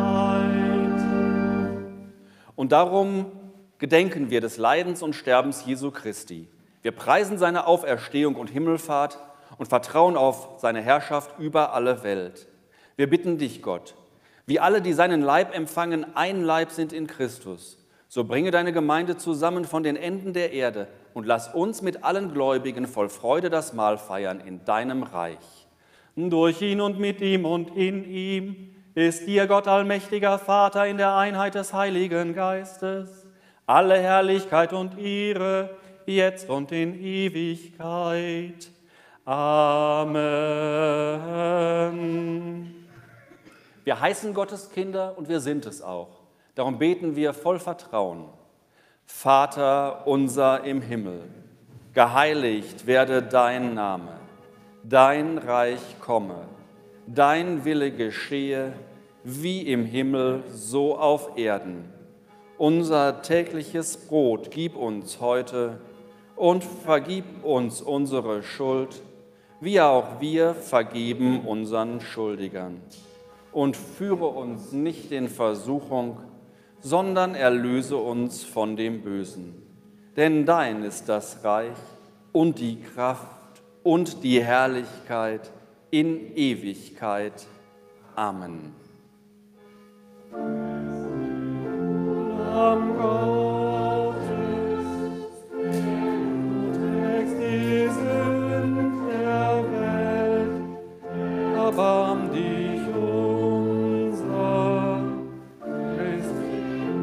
Und darum gedenken wir des Leidens und Sterbens Jesu Christi. Wir preisen seine Auferstehung und Himmelfahrt und vertrauen auf seine Herrschaft über alle Welt. Wir bitten dich, Gott, wie alle, die seinen Leib empfangen, ein Leib sind in Christus, so bringe deine Gemeinde zusammen von den Enden der Erde und lass uns mit allen Gläubigen voll Freude das Mahl feiern in deinem Reich. Durch ihn und mit ihm und in ihm ist dir, Gott allmächtiger Vater, in der Einheit des Heiligen Geistes, alle Herrlichkeit und Ehre, jetzt und in Ewigkeit. Amen. Wir heißen Gottes Kinder und wir sind es auch. Darum beten wir voll Vertrauen. Vater unser im Himmel, geheiligt werde dein Name, dein Reich komme, dein Wille geschehe, wie im Himmel, so auf Erden. Unser tägliches Brot gib uns heute und vergib uns unsere Schuld, wie auch wir vergeben unseren Schuldigern. Und führe uns nicht in Versuchung, sondern erlöse uns von dem Bösen. Denn dein ist das Reich und die Kraft und die Herrlichkeit in Ewigkeit. Amen. Am Gottes, trägst die Sünden der Welt, erbarm dich unser Christus.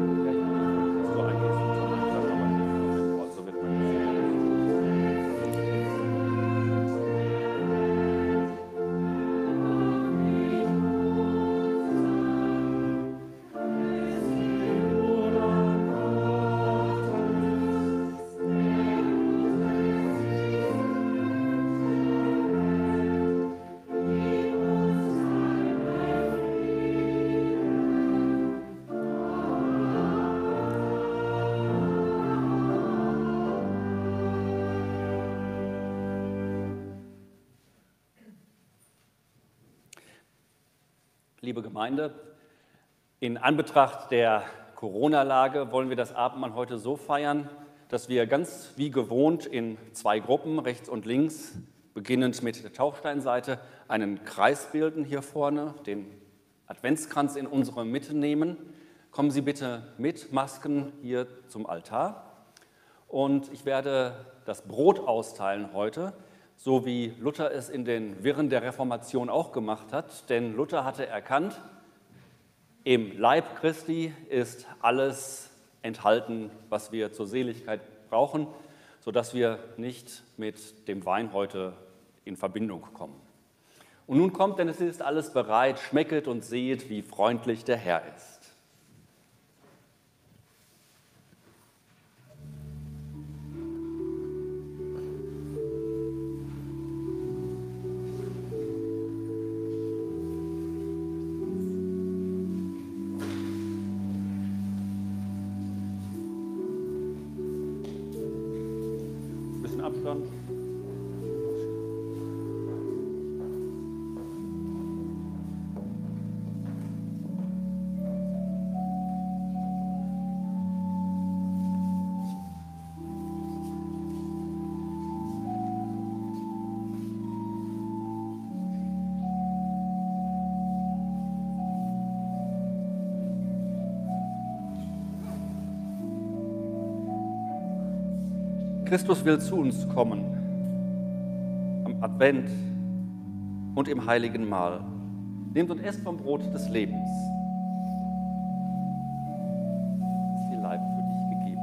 Liebe Gemeinde, in Anbetracht der Corona-Lage wollen wir das Abendmahl heute so feiern, dass wir ganz wie gewohnt in 2 Gruppen, rechts und links, beginnend mit der Taufsteinseite, einen Kreis bilden hier vorne, den Adventskranz in unsere Mitte nehmen. Kommen Sie bitte mit Masken hier zum Altar. Und ich werde das Brot austeilen heute, so wie Luther es in den Wirren der Reformation auch gemacht hat. Denn Luther hatte erkannt, im Leib Christi ist alles enthalten, was wir zur Seligkeit brauchen, sodass wir nicht mit dem Wein heute in Verbindung kommen. Und nun kommt, denn es ist alles bereit, schmecket und sehet, wie freundlich der Herr ist. Abstand. Christus will zu uns kommen, am Advent und im heiligen Mahl. Nehmt und esst vom Brot des Lebens. Das ist die Leib für dich gegeben.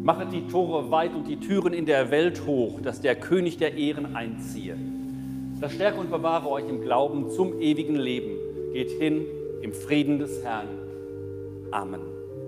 Machet die Tore weit und die Türen in der Welt hoch, dass der König der Ehren einziehe. Das stärke und bewahre euch im Glauben zum ewigen Leben. Geht hin im Frieden des Herrn. Amen.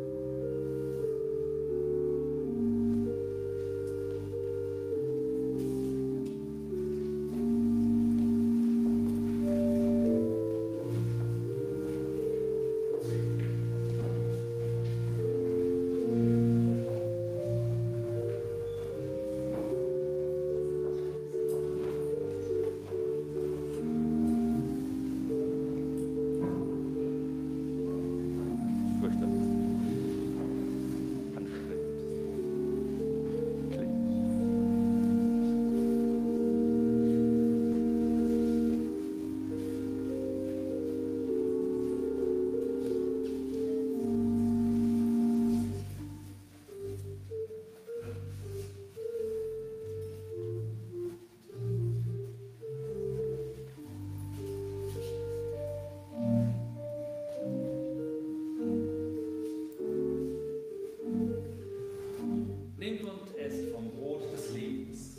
Nehmt und esst vom Brot des Lebens.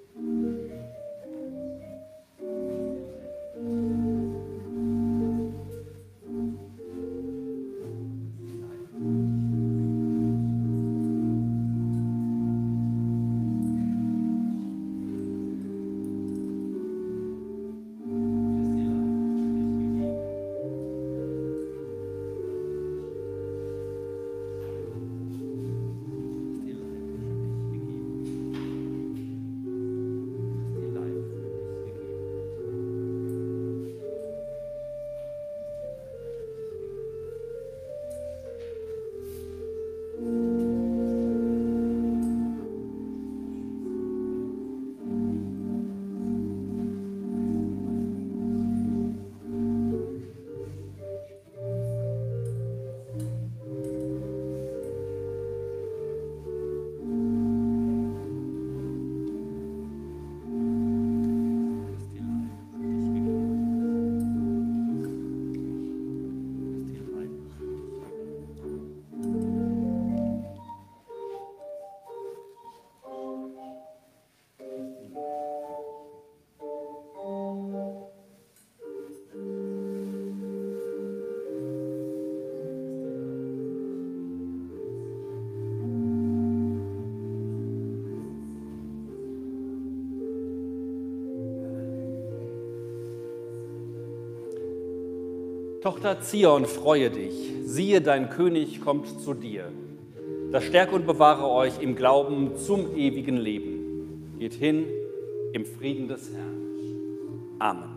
Tochter Zion, freue dich, siehe, dein König kommt zu dir. Das stärke und bewahre euch im Glauben zum ewigen Leben. Geht hin im Frieden des Herrn. Amen.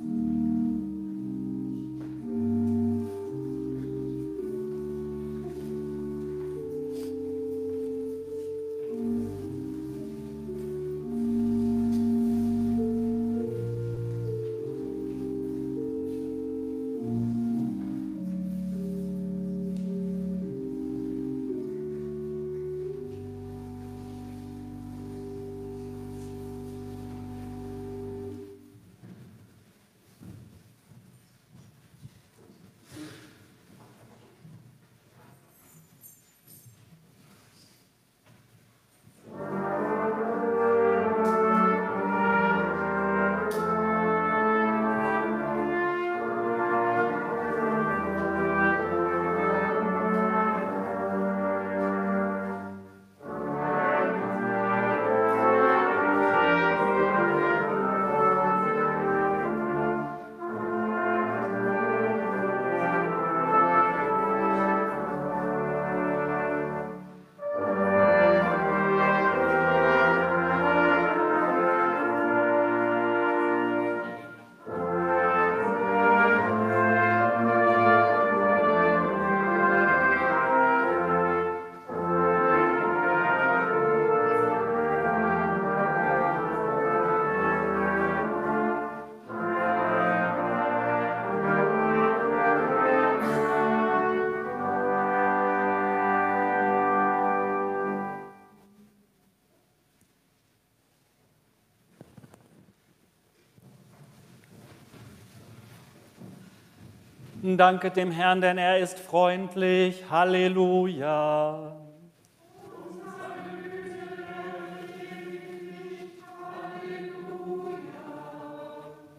Danket dem Herrn, denn er ist freundlich. Halleluja.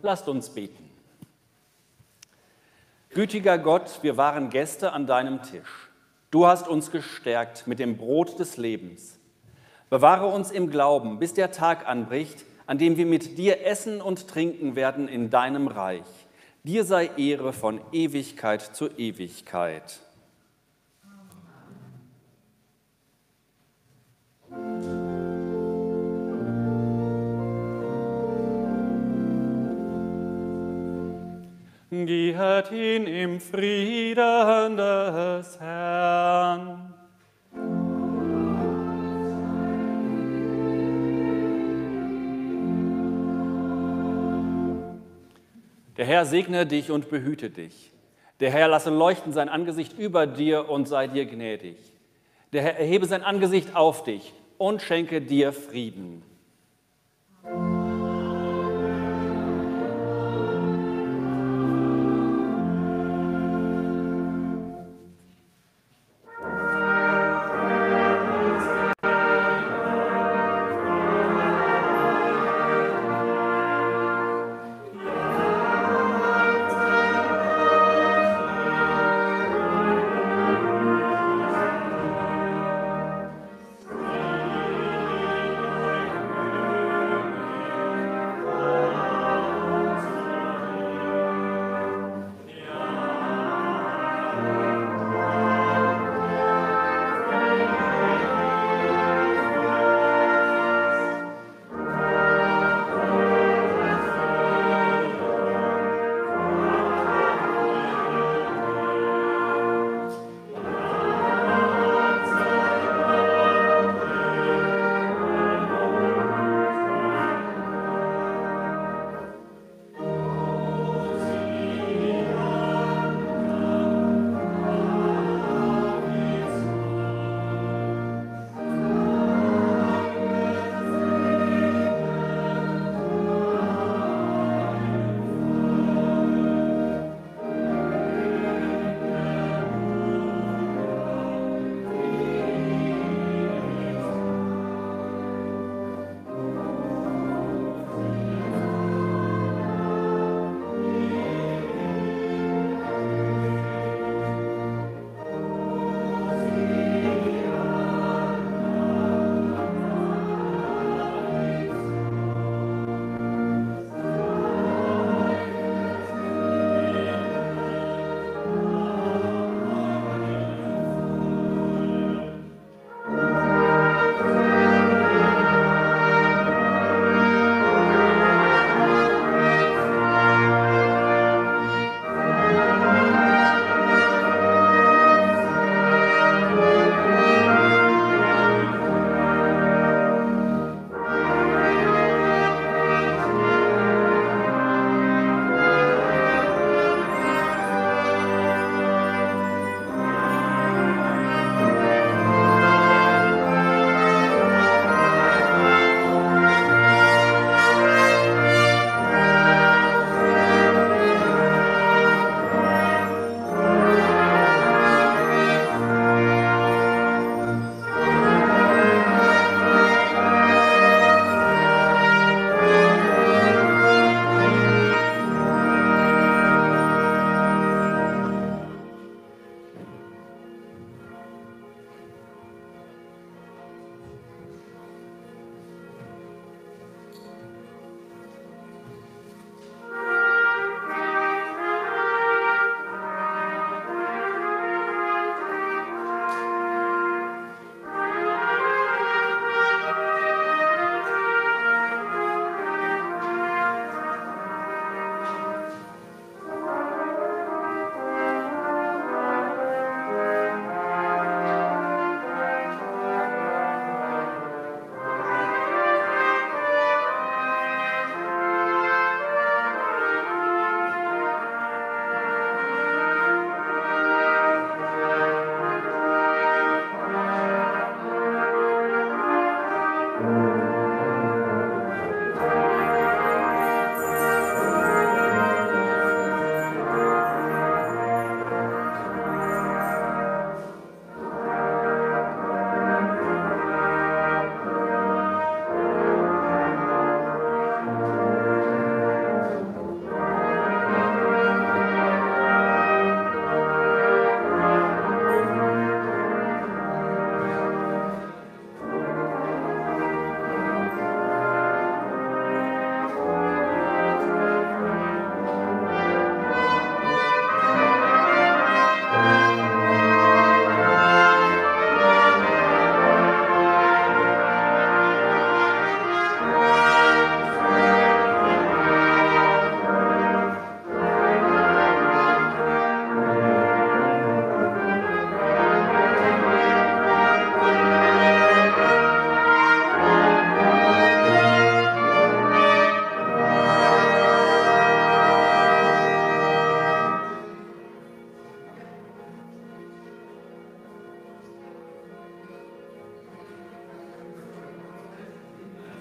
Lasst uns beten. Gütiger Gott, wir waren Gäste an deinem Tisch. Du hast uns gestärkt mit dem Brot des Lebens. Bewahre uns im Glauben, bis der Tag anbricht, an dem wir mit dir essen und trinken werden in deinem Reich. Dir sei Ehre von Ewigkeit zu Ewigkeit. Geht hin im Frieden des Herrn. Der Herr segne dich und behüte dich. Der Herr lasse leuchten sein Angesicht über dir und sei dir gnädig. Der Herr erhebe sein Angesicht auf dich und schenke dir Frieden.